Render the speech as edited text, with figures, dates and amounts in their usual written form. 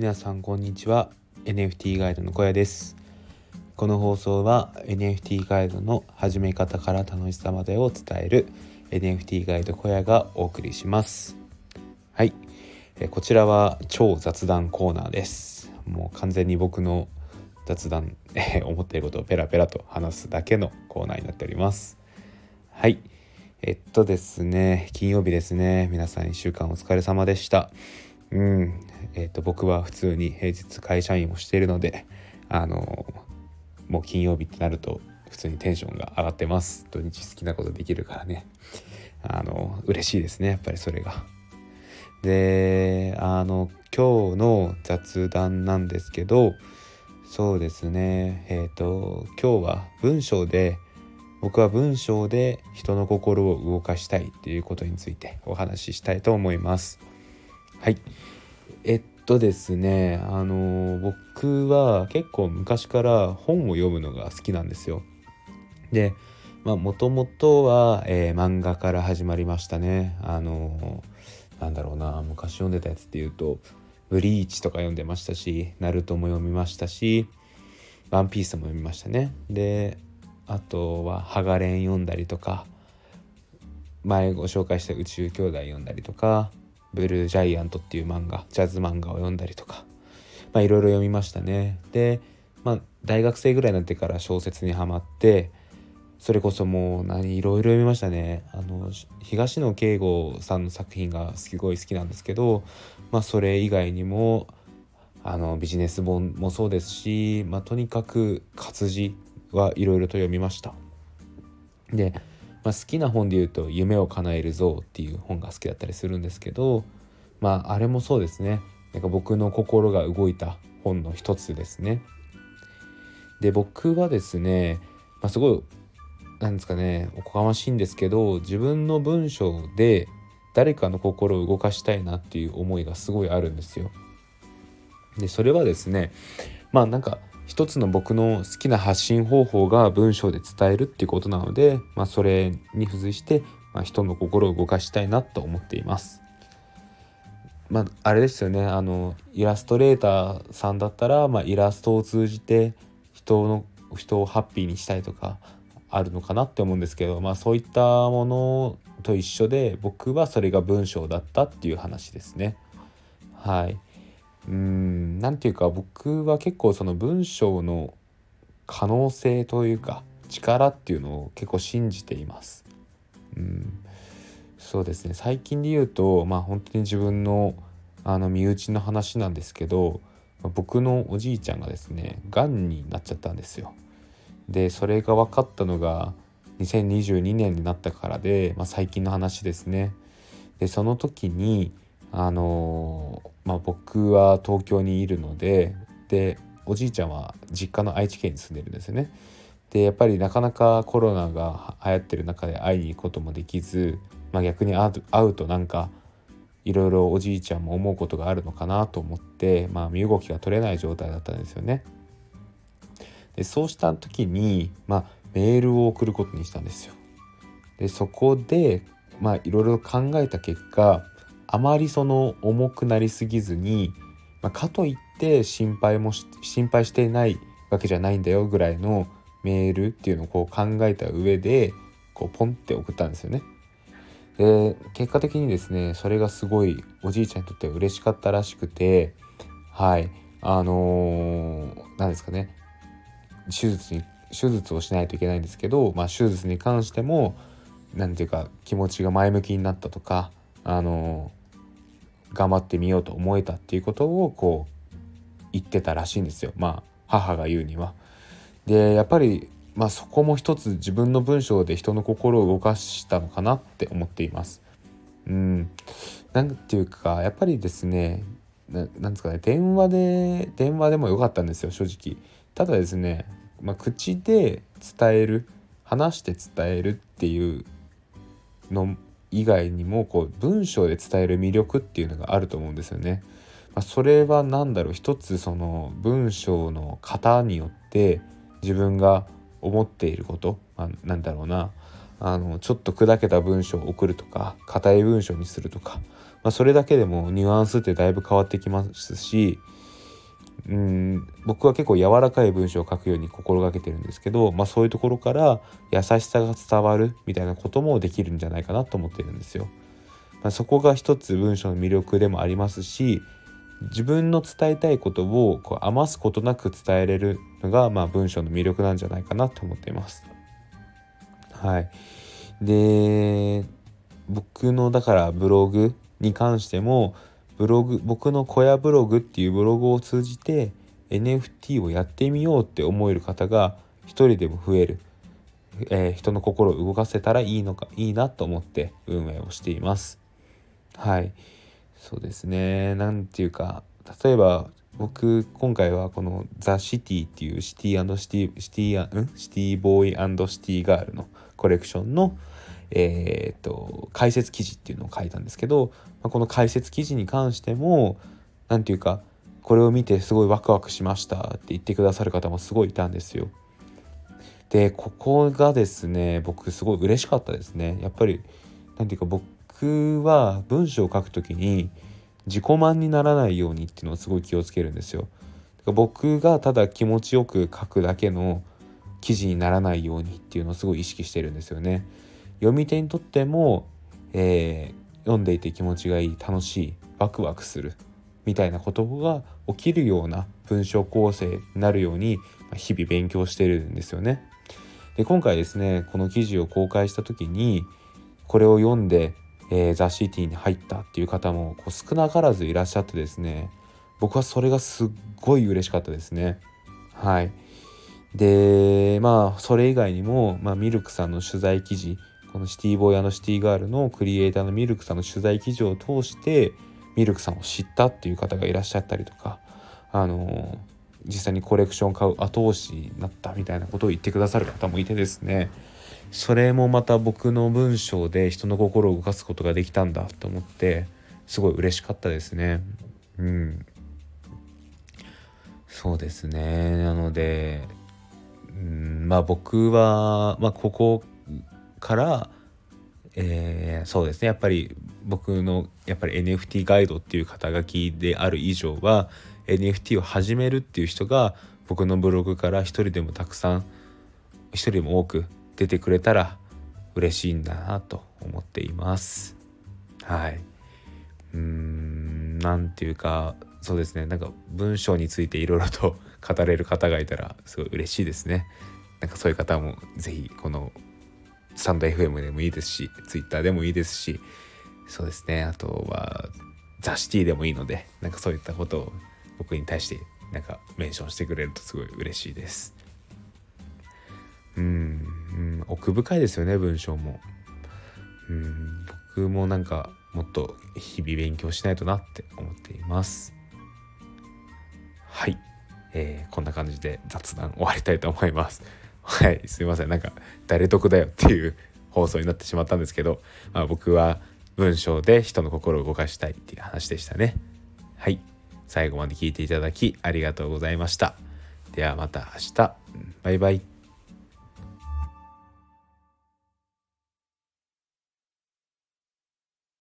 皆さんこんにちは。 NFT ガイドの小屋です。この放送は NFT ガイドの始め方から楽しさまでを伝える NFT ガイド小屋がお送りします。はい、こちらは超雑談コーナーです。もう完全に僕の雑談思っていることをペラペラと話すだけのコーナーになっております。はい、ですね、金曜日ですね。皆さん1週間お疲れ様でした。僕は普通に平日会社員をしているので、もう金曜日ってなると普通にテンションが上がってます。土日好きなことできるからね、嬉しいですね、やっぱりそれが。で、今日の雑談なんですけど、そうですね、今日は僕は文章で人の心を動かしたいっていうことについてお話ししたいと思います。はい、ですね、僕は結構昔から本を読むのが好きなんですよ。で、もともとは、漫画から始まりましたね。昔読んでたやつっていうとブリーチとか読んでましたし、ナルトも読みましたし、ワンピースも読みましたね。で、あとはハガレン読んだりとか、前ご紹介した宇宙兄弟読んだりとか、ブルージャイアントっていうジャズ漫画を読んだりとか、いろいろ読みましたね。で、大学生ぐらいになってから小説にハマって、それこそもういろいろ読みましたね。東野圭吾さんの作品がすごい好きなんですけど、それ以外にもビジネス本もそうですし、とにかく活字はいろいろと読みました。で、好きな本で言うと夢を叶える像っていう本が好きだったりするんですけど、あれもそうですね、僕の心が動いた本の一つですね。で、僕はですね、すごいおこがましいんですけど、自分の文章で誰かの心を動かしたいなっていう思いがすごいあるんですよ。で、それはですね、一つの僕の好きな発信方法が文章で伝えるっていうことなので、それに付随して、人の心を動かしたいなと思っています。あれですよね、イラストレーターさんだったら、イラストを通じて人をハッピーにしたいとかあるのかなって思うんですけど、そういったものと一緒で、僕はそれが文章だったっていう話ですね。はい。なんていうか、僕は結構その文章の可能性というか力っていうのを結構信じています。そうですね、最近で言うと本当に自分の身内の話なんですけど、僕のおじいちゃんがですね、癌になっちゃったんですよ。で、それが分かったのが2022年になったからで、最近の話ですね。で、その時に僕は東京にいるので、おじいちゃんは実家の愛知県に住んでるんですよね。で、やっぱりなかなかコロナが流行ってる中で会いに行くこともできず、逆に会うといろいろおじいちゃんも思うことがあるのかなと思って、身動きが取れない状態だったんですよね。で、そうした時に、メールを送ることにしたんですよ。で、そこでいろいろ考えた結果、あまり重くなりすぎずに、かといって心配していないわけじゃないんだよぐらいのメールっていうのを考えた上でポンって送ったんですよね。で、結果的にですね、それがすごいおじいちゃんにとっては嬉しかったらしくて、はい、なんですかね、手術をしないといけないんですけど、手術に関しても気持ちが前向きになったとか、頑張ってみようと思えたっていうことを言ってたらしいんですよ。母が言うには。で、やっぱりそこも一つ自分の文章で人の心を動かしたのかなって思っています。なんていうか、やっぱりですね、なんですかね、電話でもよかったんですよ、正直。ただですね、口で話して伝えるっていうの以外にも文章で伝える魅力っていうのがあると思うんですよね。それは一つその文章の型によって自分が思っていること、ちょっと砕けた文章を送るとか硬い文章にするとか、それだけでもニュアンスってだいぶ変わってきますし、 僕は結構柔らかい文章を書くように心がけてるんですけど、そういうところから優しさが伝わるみたいなこともできるんじゃないかなと思ってるんですよ。そこが一つ文章の魅力でもありますし、自分の伝えたいことを余すことなく伝えれるのが、文章の魅力なんじゃないかなと思っています。はい。で、僕のだからブログに関しても、僕の小屋ブログっていうブログを通じて NFT をやってみようって思える方が一人でも増える、人の心を動かせたらいいなと思って運営をしています。はい、そうですね。なんていうか、例えば僕今回はこのザ・シティっていうシティシティボーイ&シティガールのコレクションの解説記事っていうのを書いたんですけど、この解説記事に関してもなんていうか、これを見てすごいワクワクしましたって言ってくださる方もすごいいたんですよ。でここがですね、僕すごい嬉しかったですね。やっぱりなんていうか、僕は文章を書くときに自己満にならないようにっていうのをすごい気をつけるんですよ。僕がただ気持ちよく書くだけの記事にならないようにっていうのをすごい意識してるんですよね。読み手にとっても、読んでいて気持ちがいい、楽しい、ワクワクするみたいなことが起きるような文章構成になるように日々勉強してるんですよね。で今回ですね、この記事を公開した時にこれを読んで、ザ・シティに入ったっていう方も少なからずいらっしゃってですね、僕はそれがすっごい嬉しかったですね。はい。でそれ以外にも、ミルクさんの取材記事、このシティボーイ&シティガールのクリエイターのミルクさんの取材記事を通してミルクさんを知ったっていう方がいらっしゃったりとか、実際にコレクション買う後押しになったみたいなことを言ってくださる方もいてですね、それもまた僕の文章で人の心を動かすことができたんだと思ってすごい嬉しかったですね。そうですね。なので僕は、ここから、そうですね、やっぱり僕のNFT ガイドっていう肩書きである以上は NFT を始めるっていう人が僕のブログから一人でも多く出てくれたら嬉しいんだなと思っています。はい。なんていうか、そうですね、なんか文章についていろいろと語れる方がいたらすごい嬉しいですね。なんかそういう方もぜひこのスタンド FM でもいいですし、Twitter でもいいですし、そうですね、あとはザ・シティでもいいので、なんかそういったことを僕に対してなんかメンションしてくれるとすごい嬉しいです。奥深いですよね、文章も。僕もなんかもっと日々勉強しないとなって思っています。はい、こんな感じで雑談終わりたいと思います。はい、すいません、なんか誰得だよっていう放送になってしまったんですけど、僕は文章で人の心を動かしたいっていう話でしたね。はい、最後まで聞いていただきありがとうございました。ではまた明日、バイバイ。